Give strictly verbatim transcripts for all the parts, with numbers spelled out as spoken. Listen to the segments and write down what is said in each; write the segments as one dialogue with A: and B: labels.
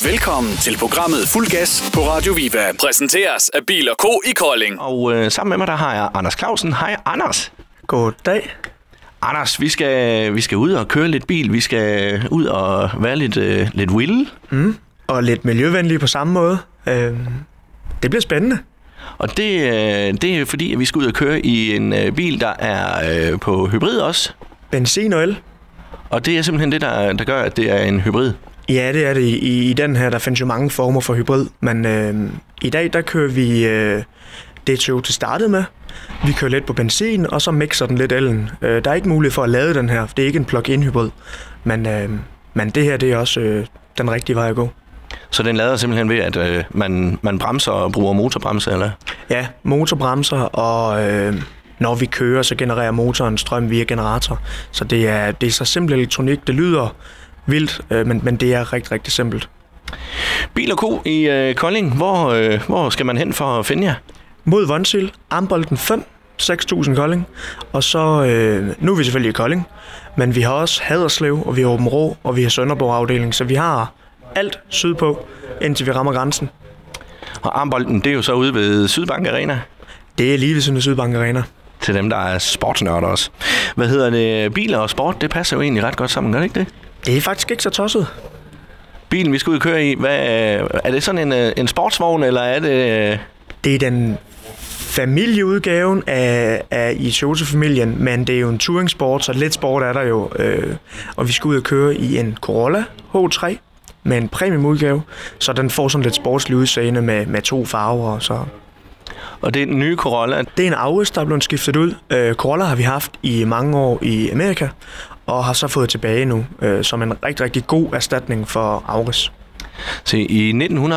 A: Velkommen til programmet Fuld Gas på Radio Viva. Præsenteres af Bil og Co i Kolding.
B: Og øh, sammen med mig, der har jeg Anders Clausen. Hej, Anders.
C: Goddag.
B: Anders, vi skal, vi skal ud og køre lidt bil. Vi skal ud og være lidt, øh, lidt vilde.
C: Mm. Og lidt miljøvenlige på samme måde. Øh, det bliver spændende.
B: Og det, øh, det er fordi, at vi skal ud og køre i en øh, bil, der er øh, på hybrid også.
C: Benzin og el.
B: Og det er simpelthen det, der, der gør, at det er en hybrid.
C: Ja, det er det. I, i den her, der findes jo mange former for hybrid. Men øh, i dag, der kører vi øh, det Toyota startede med. Vi kører lidt på benzin, og så mixer den lidt elen. Øh, der er ikke mulighed for at lade den her, for det er ikke en plug-in hybrid. Men, øh, men det her, det er også øh, den rigtige vej at gå.
B: Så den lader simpelthen ved, at øh, man, man bremser og bruger motorbremser, eller?
C: Ja, motorbremser, og øh, når vi kører, så genererer motoren strøm via generator. Så det er, det er så simpelt elektronik. Det lyder vildt, øh, men, men det er rigtig, rigtig simpelt.
B: Bil og Co i øh, Kolding. Hvor, øh, hvor skal man hen for at finde jer?
C: Mod Vonsild, Ambolten fem, seks tusind Kolding. Og så, øh, nu er vi selvfølgelig i Kolding, men vi har også Haderslev, og vi har Aabenraa, og vi har Sønderborg afdeling. Så vi har alt sydpå, indtil vi rammer grænsen.
B: Og Ambolten, det er jo så ude ved Sydbank Arena.
C: Det er lige ved siden af Sydbank Arena.
B: Til dem, der er sportsnørder også. Hvad hedder det? Biler og sport, det passer jo egentlig ret godt sammen, gør det ikke det?
C: Det er faktisk ikke så tosset.
B: Bilen, vi skal ud og køre i, hvad, er det sådan en, en sportsvogn, eller er det...
C: Det er den familieudgaven af, af i Toyota-familien, men det er jo en touringsport, så lidt sport er der jo. Øh, og vi skal ud og køre i en Corolla H tre med en premiumudgave, så den får sådan lidt sportslig udseende med, med to farver. Så.
B: Og det er den nye Corolla?
C: Det er en Auris, der er blevet skiftet ud. Øh, Corolla har vi haft i mange år i Amerika, og har så fået tilbage nu, øh, som en rigtig, rigtig god erstatning for Auris.
B: Så i nitten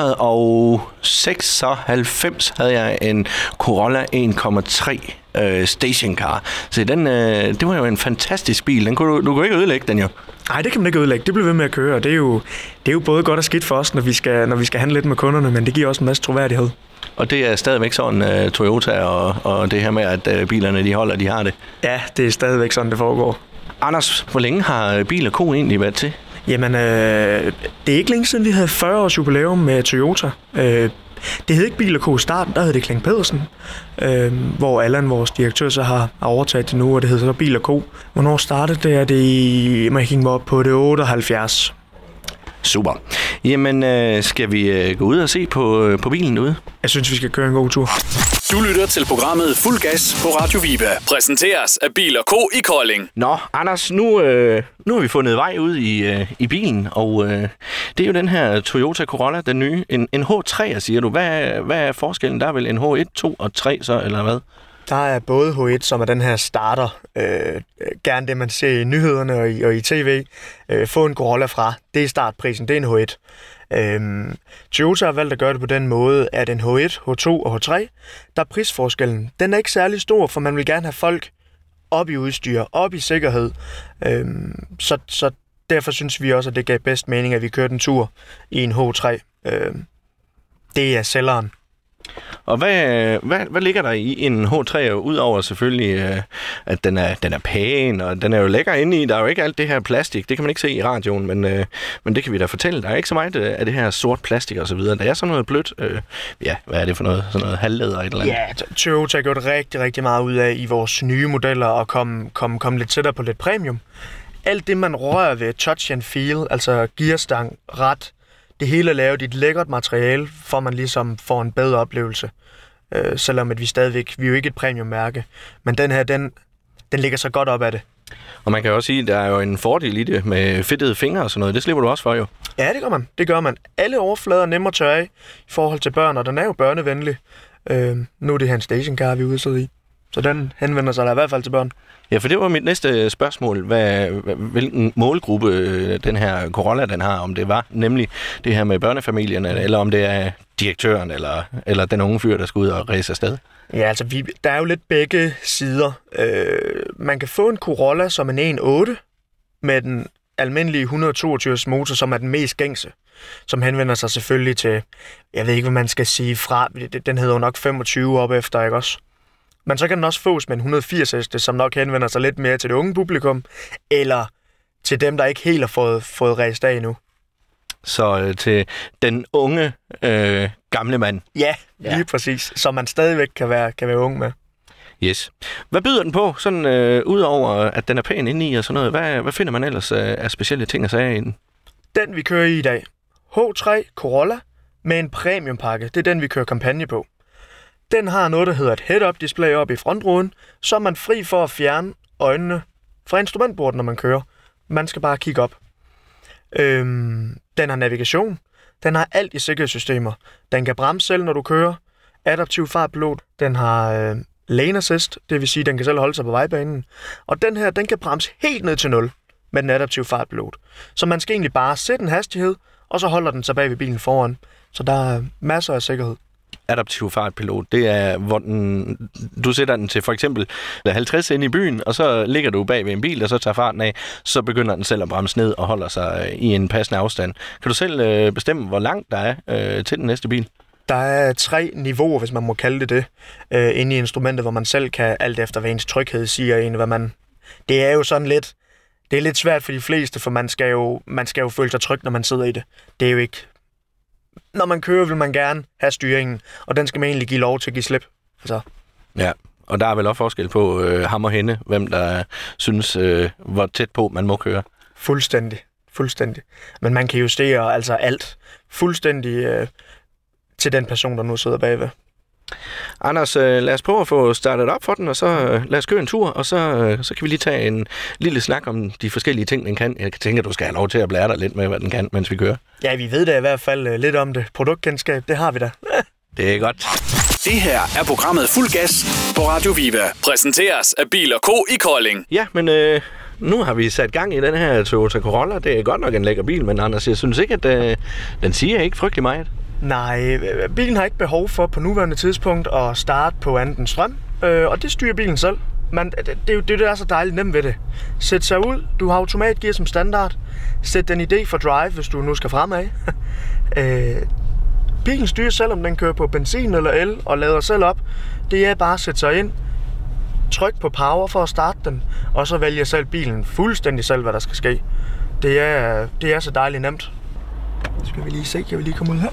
B: seksoghalvfems havde jeg en Corolla en komma tre øh, stationcar. Så den, øh, det var jo en fantastisk bil. Den kunne, du, du kunne ikke ødelægge den jo.
C: Nej, det kan man ikke ødelægge. Det bliver ved med at køre, og det er jo, det er jo både godt og skidt for os, når vi skal, når vi skal handle lidt med kunderne, men det giver også en masse troværdighed.
B: Og det er stadigvæk sådan, uh, Toyota og, og det her med, at uh, bilerne de holder, de har det?
C: Ja, det er stadigvæk sådan, det foregår.
B: Anders, hvor længe har Bil og Co egentlig været til?
C: Jamen, øh, det er ikke længe siden, vi havde fyrre års jubilæum med Toyota. Øh, det hed ikke Bil og Co i starten, der hed det Kling Pedersen, øh, hvor Allan, vores direktør, så har, har overtaget det nu, og det hedder så Bil og Co. Hvornår startede det? Er det i, man kan op på det otteoghalvfjerds.
B: Super. Jamen, øh, skal vi øh, gå ud og se på, øh, på bilen derude?
C: Jeg synes, vi skal køre en god tur.
A: Du lytter til programmet Fuld Gas på Radio Viva. Præsenteres af Bil og Co i Kolding.
B: Nå, Anders, nu, øh, nu har vi fundet vej ud i, øh, i bilen, og øh, det er jo den her Toyota Corolla, den nye. En, en H tre, siger du. Hvad, hvad er forskellen? Der er vel en H et, to og tre så, eller hvad?
C: Der er både H et, som er den her starter, øh, gerne det man ser i nyhederne og i, og i tv, øh, få en Corolla fra. Det er startprisen, det er en H et. Øhm, Toyota har valgt at gøre det på den måde, at en H et, H to og H tre, der er prisforskellen. Den er ikke særlig stor, for man vil gerne have folk op i udstyr, op i sikkerhed. Øhm, så, så derfor synes vi også, at det gav bedst mening, at vi kørte en tur i en H tre. Øhm, det er sælgeren.
B: Og hvad, hvad, hvad ligger der i en H tre, udover selvfølgelig, at den er, den er pæn, og den er jo lækker inde i. Der er jo ikke alt det her plastik, det kan man ikke se i radioen, men, men det kan vi da fortælle. Der er ikke så meget af det her sort plastik og så videre. Der er sådan noget blødt, øh, ja, hvad er det for noget? Sådan noget halvlæder et eller andet?
C: Ja, Toyota har gjort rigtig, rigtig meget ud af i vores nye modeller og komme kom, kom lidt tættere på lidt premium. Alt det, man rører ved, touch and feel, altså gearstang, rat, det hele er lavet i et lækkert materiale, for man ligesom får en bedre oplevelse. Øh, selvom at vi stadigvæk, vi er jo ikke et premiummærke, men den her, den, den ligger så godt op af det.
B: Og man kan også sige, at der er jo en fordel i det med fedtede fingre og sådan noget. Det slipper du også for jo.
C: Ja, det gør man. Det gør man. Alle overflader er nemme at tørre af i forhold til børn, og den er jo børnevenlig. Øh, nu er det her en stationcar, vi er ude at sidde i. Så den henvender sig da i hvert fald til børn.
B: Ja, for det var mit næste spørgsmål. Hvad, hvilken målgruppe den her Corolla den har, om det var nemlig det her med børnefamilierne, eller om det er direktøren, eller, eller den unge fyr, der skal ud og ræse afsted?
C: Ja, altså vi, der er jo lidt begge sider. Øh, man kan få en Corolla som en en komma otte med den almindelige et hundrede og toogtyve motor, som er den mest gængse, som henvender sig selvfølgelig til, jeg ved ikke, hvad man skal sige fra, den hedder jo nok femogtyve op efter, ikke også? Men så kan den også fås med en et hundrede og firs heste, som nok henvender sig lidt mere til det unge publikum, eller til dem, der ikke helt har fået, fået ræst af endnu.
B: Så øh, til den unge, øh, gamle mand.
C: Ja, lige ja. præcis. Så man stadigvæk kan være, kan være ung med.
B: Yes. Hvad byder den på, sådan øh, udover at den er pæn inde i og sådan noget? Hvad, hvad finder man ellers øh, af specielle ting at sige i den?
C: Den, vi kører i i dag. H tre Corolla med en premiumpakke. Det er den, vi kører kampagne på. Den har noget, der hedder et head-up display op i frontruden, så er man fri for at fjerne øjnene fra instrumentbordet, når man kører. Man skal bare kigge op. Øhm, den har navigation. Den har alt i sikkerhedssystemer. Den kan bremse selv, når du kører. Adaptiv fartpilot. Den har øh, lane assist, det vil sige, at den kan selv holde sig på vejbanen. Og den her, den kan bremse helt ned til nul med den adaptive fartpilot. Så man skal egentlig bare sætte en hastighed, og så holder den sig bag ved bilen foran. Så der er masser af sikkerhed.
B: Adaptiv fartpilot, det er, hvor den, du sætter den til for eksempel halvtreds ind i byen, og så ligger du bag ved en bil, og så tager farten af, så begynder den selv at bremse ned og holder sig i en passende afstand. Kan du selv øh, bestemme, hvor langt der er øh, til den næste bil?
C: Der er tre niveauer, hvis man må kalde det det, øh, inde i instrumentet, hvor man selv kan, alt efter hvad ens tryghed siger en, hvad man... Det er jo sådan lidt... Det er lidt svært for de fleste, for man skal jo, man skal jo føle sig tryg, når man sidder i det. Det er jo ikke... Når man kører, vil man gerne have styringen, og den skal man egentlig give lov til at give slip. Altså.
B: Ja, og der er vel også forskel på øh, ham og hende, hvem der synes, øh, hvor tæt på man må køre.
C: Fuldstændig, fuldstændig. Men man kan justere altså alt fuldstændig øh, til den person, der nu sidder bagved.
B: Anders, øh, lad os prøve at få startet op for den, og så øh, lad os køre en tur, og så, øh, så kan vi lige tage en lille snak om de forskellige ting, den kan. Jeg tænker, at du skal have lov til at blære dig lidt med, hvad den kan, mens vi kører.
C: Ja, vi ved da i hvert fald øh, lidt om det. Produktkendskab, det har vi da.
B: Det er godt.
A: Det her er programmet Fuld Gas på Radio Viva. Præsenteres af Bil og Co. i Kolding.
B: Ja, men øh, nu har vi sat gang i den her Toyota Corolla. Det er godt nok en lækker bil, men Anders, jeg synes ikke, at øh, den siger ikke frygtelig meget.
C: Nej, bilen har ikke behov for på nuværende tidspunkt at starte på andet end strøm, øh, og det styrer bilen selv. Men det, det er jo det, der er så dejligt nemt ved det. Sæt sig ud, du har automatgear som standard. Sæt den i D for drive, hvis du nu skal fremad. øh, bilen styrer selv, om den kører på benzin eller el, og lader selv op. Det er bare at sætte sig ind, tryk på power for at starte den, og så vælger selv bilen fuldstændig selv, hvad der skal ske. Det er, det er så dejligt nemt. Skal vi lige se, jeg vil lige komme ud her.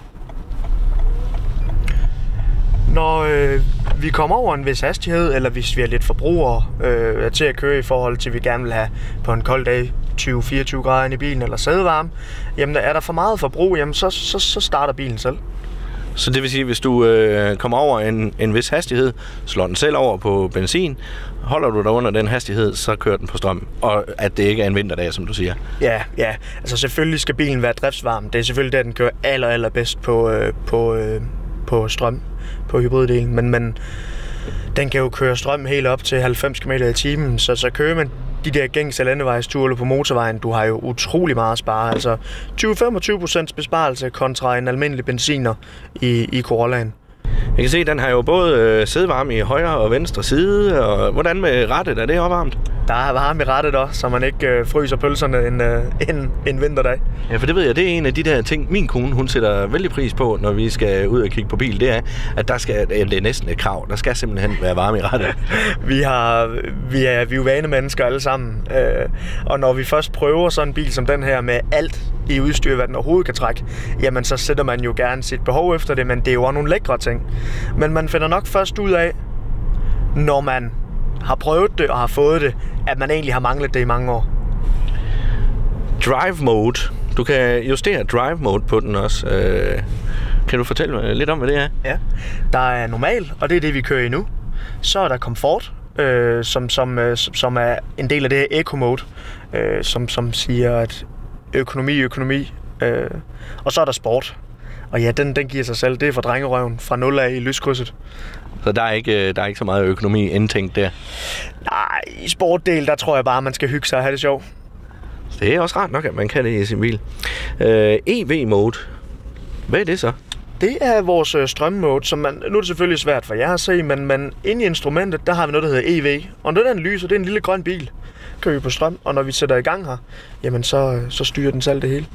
C: Når øh, vi kommer over en vis hastighed, eller hvis vi er lidt forbrugere øh, til at køre i forhold til, at vi gerne vil have på en kold dag tyve til fireogtyve grader inde i bilen, eller sædevarme, jamen er der for meget forbrug, jamen så, så, så starter bilen selv.
B: Så det vil sige, at hvis du øh, kommer over en, en vis hastighed, slår den selv over på benzin, holder du dig under den hastighed, så kører den på strøm. Og at det ikke er en vinterdag, som du siger.
C: Ja, ja. Altså selvfølgelig skal bilen være driftsvarm. Det er selvfølgelig der, den kører aller, aller bedst på, øh, på, øh, på strøm, på hybriddelen. Men, men den kan jo køre strøm helt op til halvfems kilometer i timen, så, så kører man de der gængse landevejsture på motorvejen, du har jo utrolig meget at spare. Altså tyve til femogtyve procent besparelse kontra en almindelig benziner i, i Corollaen.
B: Jeg kan se, at den har jo både øh, sædevarme i højre og venstre side, og hvordan med rattet? Er det opvarmt?
C: Der er varme i rattet også, så man ikke øh, fryser pølserne en, øh, en, en vinterdag.
B: Ja, for det ved jeg, det er en af de der ting, min kone, hun sætter vældig pris på, når vi skal ud og kigge på bil, det er, at der skal, det er næsten et krav, der skal simpelthen være varme i rattet. vi, har, vi, er, vi er jo vanemennesker alle sammen, øh, og når vi først prøver sådan en bil som den her med alt i udstyr, hvad den overhovedet kan trække, jamen så sætter man jo gerne sit behov efter det, men det er jo også nogle lækre ting. Men man finder nok først ud af, når man har prøvet det og har fået det, at man egentlig har manglet det i mange år. Drive mode. Du kan justere drive mode på den også. Øh, kan du fortælle mig lidt om, hvad det er?
C: Ja, der er normal, og det er det, vi kører i nu. Så er der komfort, øh, som, som, øh, som er en del af det her eco mode, øh, som, som siger, at økonomi, økonomi. Øh, og så er der sport. Og ja, den, den giver sig selv. Det er for drengerøven fra nul af i lyskrydset.
B: Så der er ikke, der er ikke så meget økonomi indtænkt der?
C: Nej, i sportdel, der tror jeg bare, man skal hygge sig og have det sjovt.
B: Det er også rart nok, at man kan det i sin bil. Øh, E V-mode. Hvad er det så?
C: Det er vores øh, strømmode, som man, nu er det selvfølgelig svært for jer at se, men, men inde i instrumentet, der har vi noget, der hedder E V. Og når den lyser, det er en lille grøn bil. Kører vi på strøm, og når vi sætter i gang her, jamen så, så styrer den selv det hele.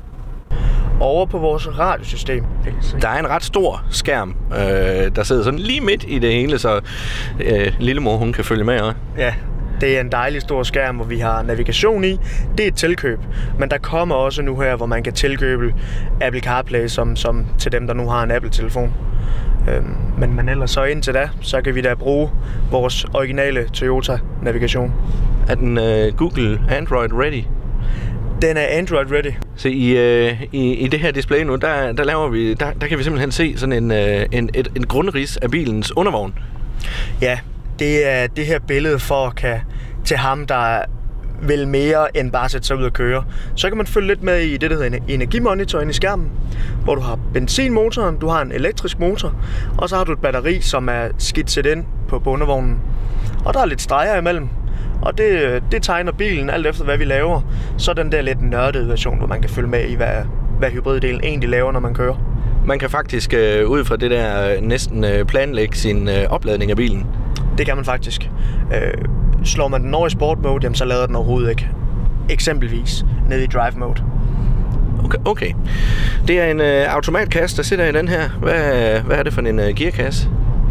C: Over på vores radiosystem.
B: Der er en ret stor skærm, øh, der sidder sådan lige midt i det hele, så øh, lillemor hun kan følge med også.
C: Ja, Det er en dejlig stor skærm, hvor vi har navigation i. Det er et tilkøb, men der kommer også nu her, hvor man kan tilkøbe Apple CarPlay som, som til dem, der nu har en Apple-telefon. Øhm, men, men ellers så indtil da, så kan vi da bruge vores originale Toyota-navigation.
B: Er den uh, Google Android ready?
C: Den er Android ready.
B: Så i, øh, i, i det her display nu, der, der, laver vi, der, der kan vi simpelthen se sådan en, øh, en, et, en grundrids af bilens undervogn.
C: Ja, det er det her billede for at kan til ham, der vil mere end bare sætte sig ud og køre. Så kan man følge lidt med i det, der hedder energimonitor inde i skærmen, hvor du har benzinmotoren, du har en elektrisk motor, og så har du et batteri, som er skitset ind på, på undervognen. Og der er lidt streger imellem. Og det, det tegner bilen alt efter, hvad vi laver. Så den der lidt nørdede version, hvor man kan følge med i, hvad, hvad hybriddelen egentlig laver, når man kører.
B: Man kan faktisk øh, ud fra det der øh, næsten øh, planlægge sin øh, opladning af bilen.
C: Det kan man faktisk. Øh, slår man den over i sport mode, jamen, så lader den overhovedet ikke. Eksempelvis nede i drive mode.
B: Okay, okay. Det er en øh, automatkasse, der sidder i den her. Hvad, hvad er det for en øh, gearkasse?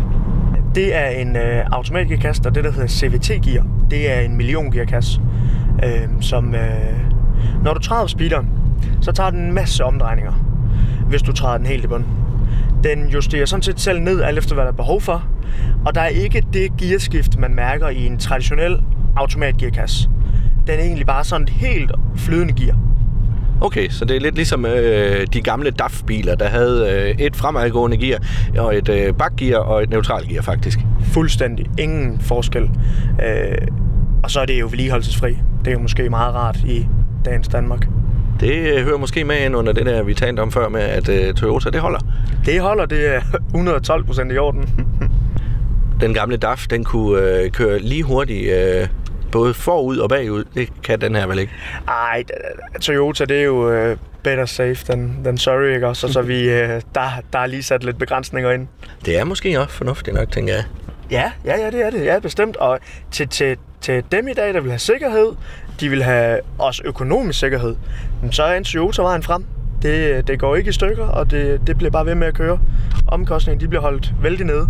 C: Det er en øh, automatgearkasse, der det, der hedder C V T-gear. Det er en milliongearkasse, øh, som øh, når du træder speederen, så tager den en masse omdrejninger, hvis du træder den helt i bund. Den justerer sådan set selv ned, alt efter hvad der er behov for, og der er ikke det gearskift, man mærker i en traditionel automatgearkasse. Den er egentlig bare sådan et helt flydende gear.
B: Okay, så det er lidt ligesom øh, de gamle D A F-biler, der havde øh, et fremadgående gear, og et øh, bakgear og et neutralgear faktisk.
C: Fuldstændig. Ingen forskel. Øh, og så er det jo vedligeholdelsesfri. Det er jo måske meget rart i dagens Danmark.
B: Det øh, hører måske med ind under det der, vi talte om før med, at øh, Toyota, det holder.
C: Det holder, det er hundrede og tolv procent i orden.
B: Den gamle D A F, den kunne øh, køre lige hurtigt, øh, både forud og bagud. Det kan den her vel ikke?
C: Ej, Toyota, det er jo uh, better safe than, than sorry, ikke også? Så, så vi, uh, der, der er lige sat lidt begrænsninger ind.
B: Det er måske også fornuftigt nok, tænker jeg.
C: Ja, ja, ja, det er det. Ja, bestemt. Og til, til, til dem i dag, der vil have sikkerhed, de vil have også økonomisk sikkerhed, så er en Toyota vejen frem. Det, det går ikke i stykker, og det, det bliver bare ved med at køre. Omkostningen, de bliver holdt vældig nede.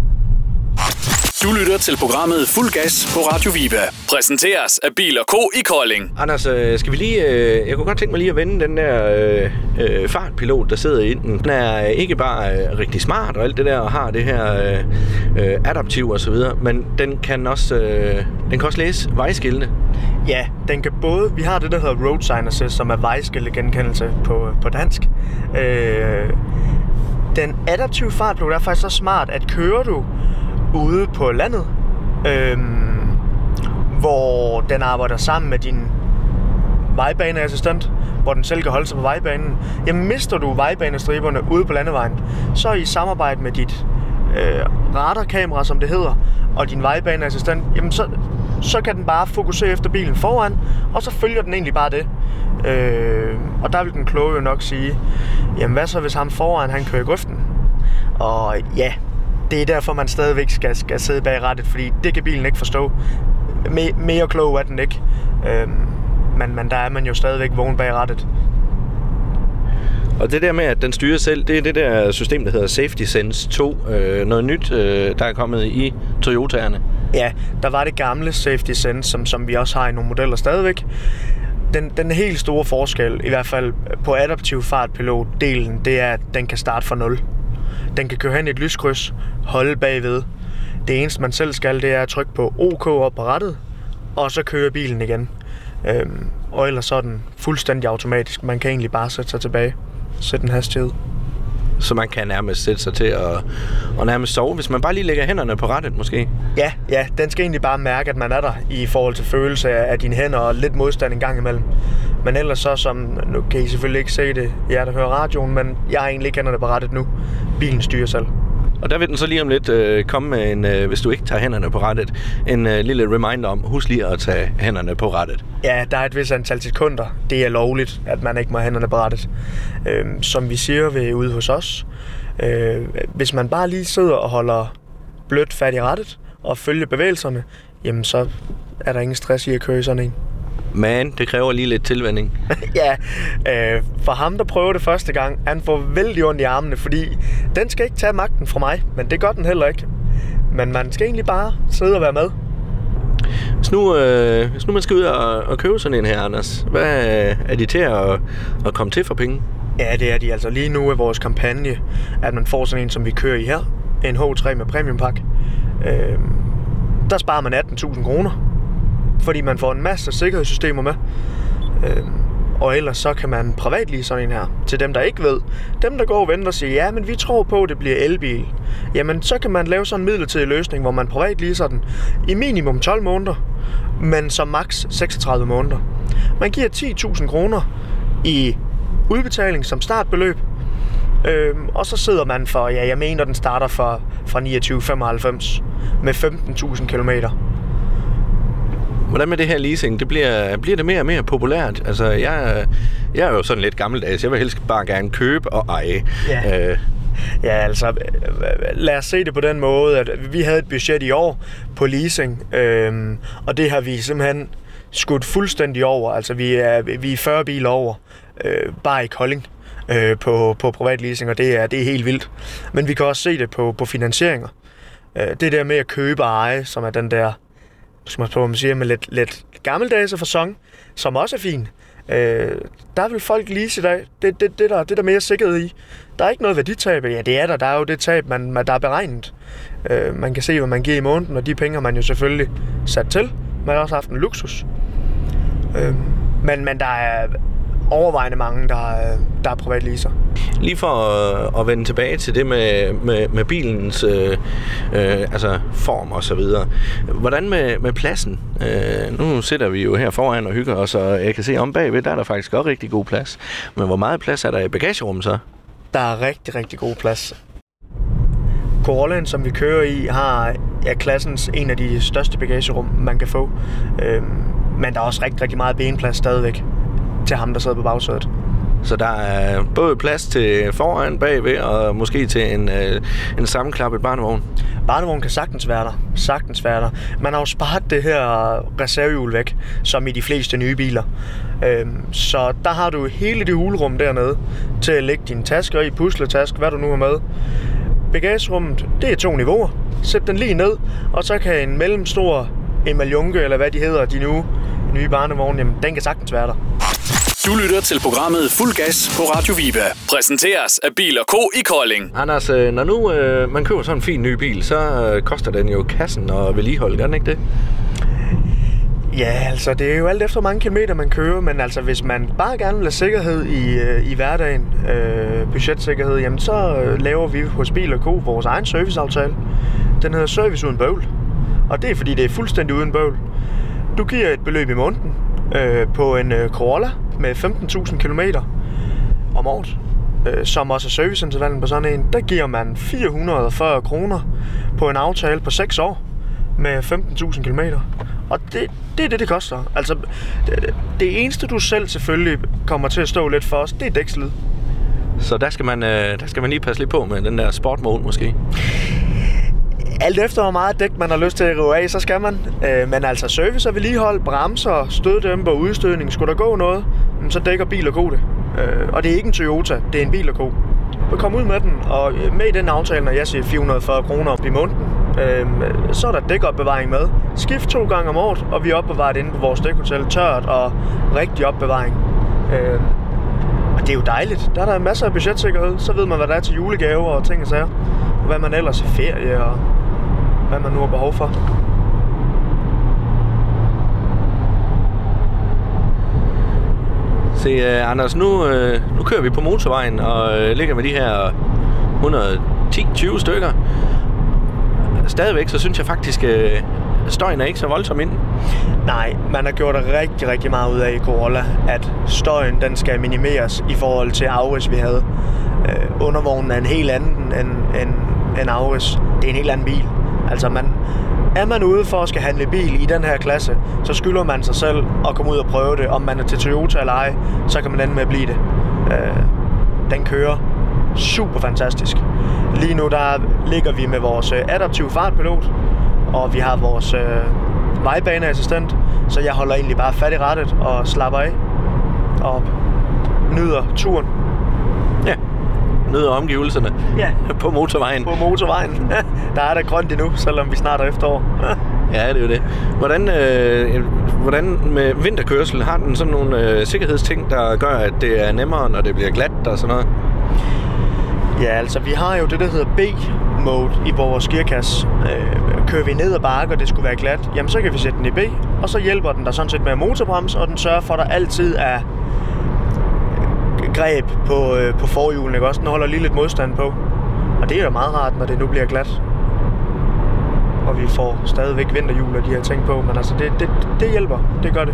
A: Du lytter til programmet Fuld Gas på Radio Viva. Præsenteres af Bil og Co i Kolding.
B: Anders, skal vi lige... Øh, jeg kunne godt tænke mig lige at vende den der øh, øh, fartpilot, der sidder i den. Den er ikke bare øh, rigtig smart og alt det der, og har det her øh, øh, adaptiv og så videre, men den kan også, øh, den kan også læse vejskiltene.
C: Ja, den kan både... Vi har det, der hedder Road Sign Assist, som er vejskiltegenkendelse på, på dansk. Øh, den adaptive fartpilot er faktisk så smart, at kører du ude på landet, øhm, hvor den arbejder sammen med din vejbaneassistent, hvor den selv kan holde sig på vejbanen, jamen mister du vejbanestriberne ude på landevejen, så er i samarbejde med dit øh, radarkamera, som det hedder, og din vejbaneassistent, jamen så, så kan den bare fokusere efter bilen foran, og så følger den egentlig bare det. Øh, og der vil den kloge jo nok sige, jamen hvad så hvis ham foran, han kører i grøften? Og ja, det er derfor, man stadigvæk skal, skal sidde bag rattet, fordi det kan bilen ikke forstå. Me, mere klog er den ikke. Øhm, men, men der er man jo stadigvæk vågen bag rattet.
B: Og det der med, at den styrer selv, det er det der system, der hedder Safety Sense to. Øh, noget nyt, øh, der er kommet i Toyota'erne.
C: Ja, der var det gamle Safety Sense, som, som vi også har i nogle modeller stadigvæk. Den, den helt store forskel, i hvert fald på adaptiv fartpilot-delen, det er, at den kan starte fra nul. Den kan køre hen i et lyskryds, holde bagved. Det eneste, man selv skal, det er at trykke på OK op på rattet, og så kører bilen igen. Øhm, og ellers så er den fuldstændig automatisk. Man kan egentlig bare sætte sig tilbage, sætte en hastighed.
B: Så man kan nærmest sætte sig til at, at nærmest sove, hvis man bare lige lægger hænderne på rattet måske?
C: Ja, ja, den skal egentlig bare mærke, at man er der i forhold til følelse af dine hænder og lidt modstand en gang imellem. Men ellers så, som, nu kan I selvfølgelig ikke se det, jer der hører radioen, men jeg har egentlig ikke hænderne på rattet nu. Bilen styrer selv. Og
B: der vil den så lige om lidt øh, komme med en, øh, hvis du ikke tager hænderne på rattet, en øh, lille reminder om, husk lige at tage hænderne på rattet.
C: Ja, der er et vis antal sekunder. Det er lovligt, at man ikke må have hænderne på rattet. Øh, som vi siger ved ude hos os, øh, hvis man bare lige sidder og holder blødt fat i rattet og følger bevægelserne, jamen så er der ingen stress i at køre sådan en.
B: Men det kræver lige lidt tilvænning.
C: Ja, øh, for ham, der prøver det første gang, han får vældig ondt i armene, fordi den skal ikke tage magten fra mig, men det gør den heller ikke. Men man skal egentlig bare sidde og være med.
B: Hvis nu, øh, hvis nu man skal ud og, og købe sådan en her, Anders, hvad er de til at, at komme til for penge?
C: Ja, det er de. Altså lige nu er vores kampagne, at man får sådan en, som vi kører i her. En H tre med premiumpak. Øh, der sparer man atten tusind kroner, fordi man får en masse sikkerhedssystemer med. Øh, og ellers så kan man privat lige sådan en her. Til dem, der ikke ved. Dem, der går og venter og siger, ja, men vi tror på, at det bliver elbil. Jamen, så kan man lave sådan en midlertidig løsning, hvor man privat lige sådan i minimum tolv måneder, men som maks seksogtredive måneder. Man giver ti tusind kroner i udbetaling som startbeløb, øhm, og så sidder man for, ja, jeg mener, den starter for, fra niogtyve femoghalvfems med femten tusind kilometer.
B: Hvordan med det her leasing? Det bliver, bliver det mere og mere populært? Altså, jeg, jeg er jo sådan lidt gammeldags. Jeg vil helst bare gerne købe og eje.
C: Ja. Øh. Ja, altså, lad os se det på den måde, at vi havde et budget i år på leasing, øhm, og det har vi simpelthen skudt fuldstændig over. Altså, vi er, vi er fyrre biler over, øh, bare i Kolding, øh, på, på privat leasing, og det er, det er helt vildt. Men vi kan også se det på, på finansieringer. Øh, det der med at købe og eje, som er den der, som man siger, med lidt, lidt gammeldags facon, som også er fin. Øh, der vil folk lease i dag. Det, det, det, der, det der mere sikkerhed i. Der er ikke noget værditab. Ja, det er der. Der er jo det tab, man, man, der er beregnet. Øh, man kan se, hvad man giver i måneden, og de penge har man jo selvfølgelig sat til. Man har også haft en luksus. Øh, men, men der er overvejende mange, der, der er privat leaser.
B: Lige for at, at vende tilbage til det med, med, med bilens øh, øh, altså form og så videre. Hvordan med, med pladsen? Øh, nu sidder vi jo her foran og hygger os, og jeg kan se om bagved, der er der faktisk også rigtig god plads. Men hvor meget plads er der i bagagerummet så?
C: Der er rigtig, rigtig god plads. Corollaen, som vi kører i, har ja, klassens en af de største bagagerum, man kan få. Øh, men der er også rigtig, rigtig meget benplads stadigvæk til ham, der sidder på bagsædet.
B: Så der er både plads til foran, bagved og måske til en, øh, en sammenklappet barnevogn?
C: Barnevogn kan sagtens være der. Sagtens være der. Man har jo sparet det her reservehjul væk, som i de fleste nye biler. Øhm, så der har du hele det hulrum dernede til at lægge dine tasker i, pusletask, hvad du nu har med. Bagagerummet, det er to niveauer. Sæt den lige ned, og så kan en mellemstor emaljonke, eller hvad de hedder, de nye, nye barnevogne, jamen, den kan sagtens være der.
A: Du lytter til programmet Fuld Gas på Radio Viva. Præsenteres af Bil og Co. i Kolding.
B: Anders, når nu øh, man køber sådan en fin ny bil, så øh, koster den jo kassen og vedligehold, gør den ikke det?
C: Ja, altså det er jo alt efter, hvor mange kilometer man kører, men altså hvis man bare gerne vil have sikkerhed i, øh, i hverdagen, øh, budgetsikkerhed, jamen så øh, laver vi hos Bil og Co. vores egen serviceaftale. Den hedder Service uden bøvl, og det er fordi det er fuldstændig uden bøvl. Du giver et beløb i måneden øh, på en øh, Corolla med femten tusind kilometer om året, øh, som også er serviceintervallen på sådan en. Der giver man fire hundrede og fyrre kroner på en aftale på seks år med femten tusind kilometer. Og det, det er det, det koster. Altså, det, det eneste, du selv selvfølgelig kommer til at stå lidt for os, det er dækslid.
B: Så der skal man, øh, der skal man lige passe lidt på med den der sportmode måske?
C: Alt efter, hvor meget dæk man har lyst til at rive af, så skal man. Øh, men altså service og vedligehold, bremser, støddæmper, udstødning, skulle der gå noget, så dækker Bil og Co. det. Øh, og det er ikke en Toyota, det er en Bil og Co. Vi kommer ud med den, og med i den aftale, når jeg siger fire hundrede og fyrre kroner op i måneden, øh, så er der dækopbevaring med. Skift to gange om året, og vi er opbevaret inde på vores dækhotel, tørt og rigtig opbevaring. Øh, og det er jo dejligt. Der er der masser af budgetsikkerhed, så ved man, hvad der er til julegaver og ting og sager. Og hvad man ellers er ferie og hvad man nu har behov for.
B: Se, uh, Anders, nu, uh, nu kører vi på motorvejen og uh, ligger med de her et hundrede og ti til tyve stykker. Stadigvæk, så synes jeg faktisk, uh, støjen er ikke så voldsom ind.
C: Nej, man har gjort rigtig, rigtig meget ud af i Corolla, at støjen den skal minimeres i forhold til Auris, vi havde. Uh, undervognen er en helt anden end, end, end Auris. Det er en helt anden bil. Altså, man, er man ude for at skal handle bil i den her klasse, så skylder man sig selv at komme ud og prøve det. Om man er til Toyota eller ej, så kan man ende med at blive det. Øh, den kører super fantastisk. Lige nu der ligger vi med vores adaptive fartpilot, og vi har vores øh, vejbaneassistent, så jeg holder egentlig bare fat i rattet og slapper af og nyder turen.
B: Ja. Nyder omgivelserne.
C: Ja.
B: På motorvejen.
C: På motorvejen. Der er der grønt endnu, selvom vi snart er efterår.
B: Ja, det er jo det. Hvordan, øh, hvordan med vinterkørsel, har den sådan nogle øh, sikkerhedsting, der gør, at det er nemmere, når det bliver glat og sådan noget?
C: Ja, altså vi har jo det, der hedder B-mode i vores gearkasse. Øh, kører vi ned ad bakke, og det skulle være glat, jamen så kan vi sætte den i B, og så hjælper den der sådan set med motorbremse, og den sørger for, at der altid er greb på, øh, på forhjulen, ikke også? Den holder lige lidt modstand på. Og det er jo meget rart, når det nu bliver glat. Og vi får stadigvæk vinterhjul og de her ting på, men altså det, det, det hjælper. Det gør det.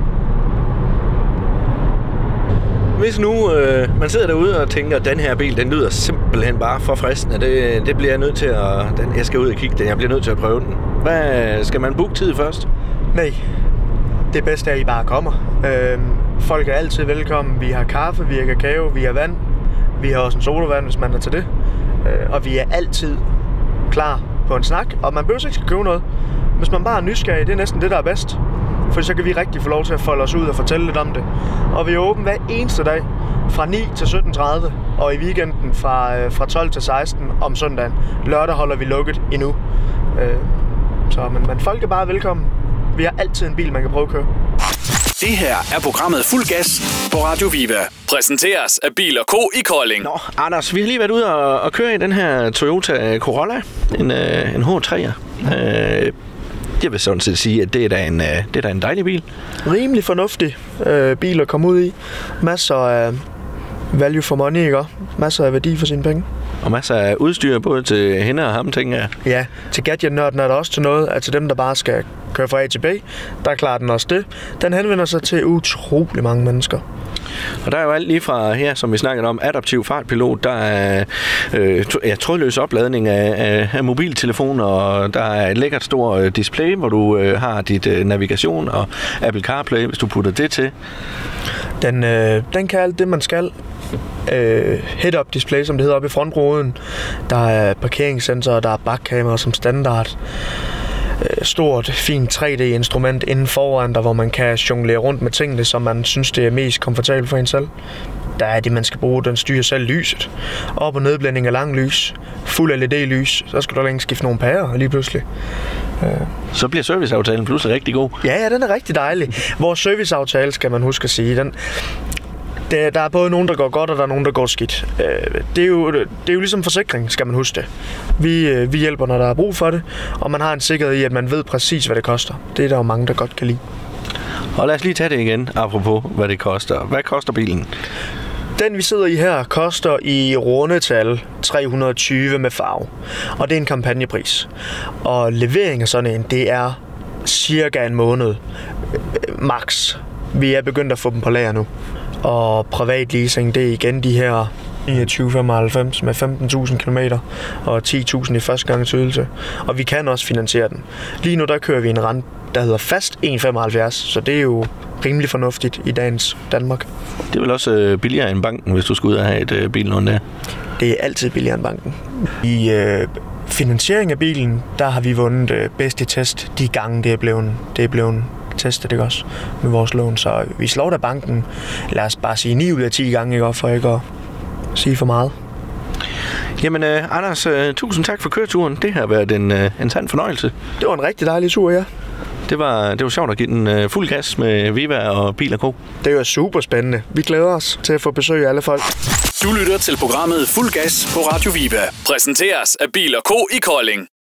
B: Hvis nu øh, man sidder derude og tænker, at den her bil, den lyder simpelthen bare for fristende, det, det bliver jeg nødt til at... Den, jeg skal ud og kigge den, jeg bliver nødt til at prøve den. Hvad, skal man booke tid først?
C: Nej. Det bedste er, at I bare kommer. Øh, folk er altid velkommen. Vi har kaffe, vi har kakao, vi har vand. Vi har også en sodavand, hvis man er til det. Øh, og vi er altid klar på en snak, og man behøver ikke købe noget. Hvis man bare er nysgerrig, det er næsten det, der er bedst. For så kan vi rigtig få lov til at folde os ud og fortælle lidt om det. Og vi er åbent hver eneste dag fra ni til sytten tredive, og i weekenden fra, fra tolv til seksten om søndagen. Lørdag holder vi lukket endnu. Øh, så men, men folk er bare velkommen. Vi har altid en bil, man kan prøve at køre.
A: Det her er programmet Fuld Gas på Radio Viva. Præsenteres af Bil og Co. i Kolding.
B: Nå, Anders, vi har lige været ude og, og køre i den her Toyota Corolla, en, øh, en H tre'er. Øh, jeg vil sådan set sige, at det er da en, øh, det er da en dejlig bil.
C: Rimelig fornuftig øh, bil at komme ud i. Masser af value for money, ikke? Masser af værdi for sine penge.
B: Og masser af udstyr, både til hende og ham, tænker jeg.
C: Ja, til gadget-nørden er der også til noget, at til dem, der bare skal køre fra A til B, der klarer den også det. Den henvender sig til utrolig mange mennesker.
B: Og der er jo alt lige fra her, som vi snakkede om, adaptiv fartpilot, der er øh, ja, trådløs opladning af, af, af mobiltelefoner, og der er et lækkert stort display, hvor du øh, har dit øh, navigation og Apple CarPlay, hvis du putter det til.
C: Den, øh, den kan alt det, man skal. Øh, head-up display, som det hedder, oppe i frontruden. Der er parkeringssensor, der er bakkamera som standard. Stort, fint tre D-instrument inden foran der, hvor man kan jonglere rundt med tingene, som man synes, det er mest komfortabelt for en selv. Der er det, man skal bruge. Den styrer selv lyset. Op- og nedblænding af lang lys. Fuld L E D-lys. Så skal du ikke skifte nogle pærer lige pludselig.
B: Så bliver serviceaftalen pludselig rigtig god.
C: Ja, ja, den er rigtig dejlig. Vores serviceaftale, skal man huske at sige, den... Det, der er både nogen, der går godt, og der er nogen, der går skidt. Det er jo, det er jo ligesom forsikring, skal man huske det. Vi, vi hjælper, når der er brug for det, og man har en sikkerhed i, at man ved præcis, hvad det koster. Det er der jo mange, der godt kan lide.
B: Og lad os lige tage det igen, apropos hvad det koster. Hvad koster bilen?
C: Den, vi sidder i her, koster i rundetal tre hundrede og tyve med farve. Og det er en kampagnepris. Og levering af sådan en, det er cirka en måned. Max. Vi er begyndt at få dem på lager nu. Og privat leasing, det er igen de her niogtyve femoghalvfems med femten tusind kilometer og ti tusind i første gangs ydelse. Og vi kan også finansiere den. Lige nu der kører vi en rente, der hedder fast en komma femoghalvfjerds, så det er jo rimelig fornuftigt i dagens Danmark.
B: Det er vel også billigere end banken, hvis du skal ud og have et øh, bilån der?
C: Det er altid billigere end banken. I øh, finansiering af bilen, der har vi vundet øh, bedste test de gange, det er blevet, det er blevet testet, ikke også, med vores lån. Så vi slår da banken, lad os bare sige ni ud af ti gange, ikke, for ikke at sige for meget.
B: Jamen, øh, Anders, øh, tusind tak for køreturen. Det har været en, øh, en sand fornøjelse.
C: Det var en rigtig dejlig tur, ja.
B: Det var, det var sjovt at give den øh, fuld gas med Viva og Bil og Co.
C: Det var super spændende. Vi glæder os til at få besøg af alle folk.
A: Du lytter til programmet Fuld Gas på Radio Viva. Præsenteres af Bil og Co. i Kolding.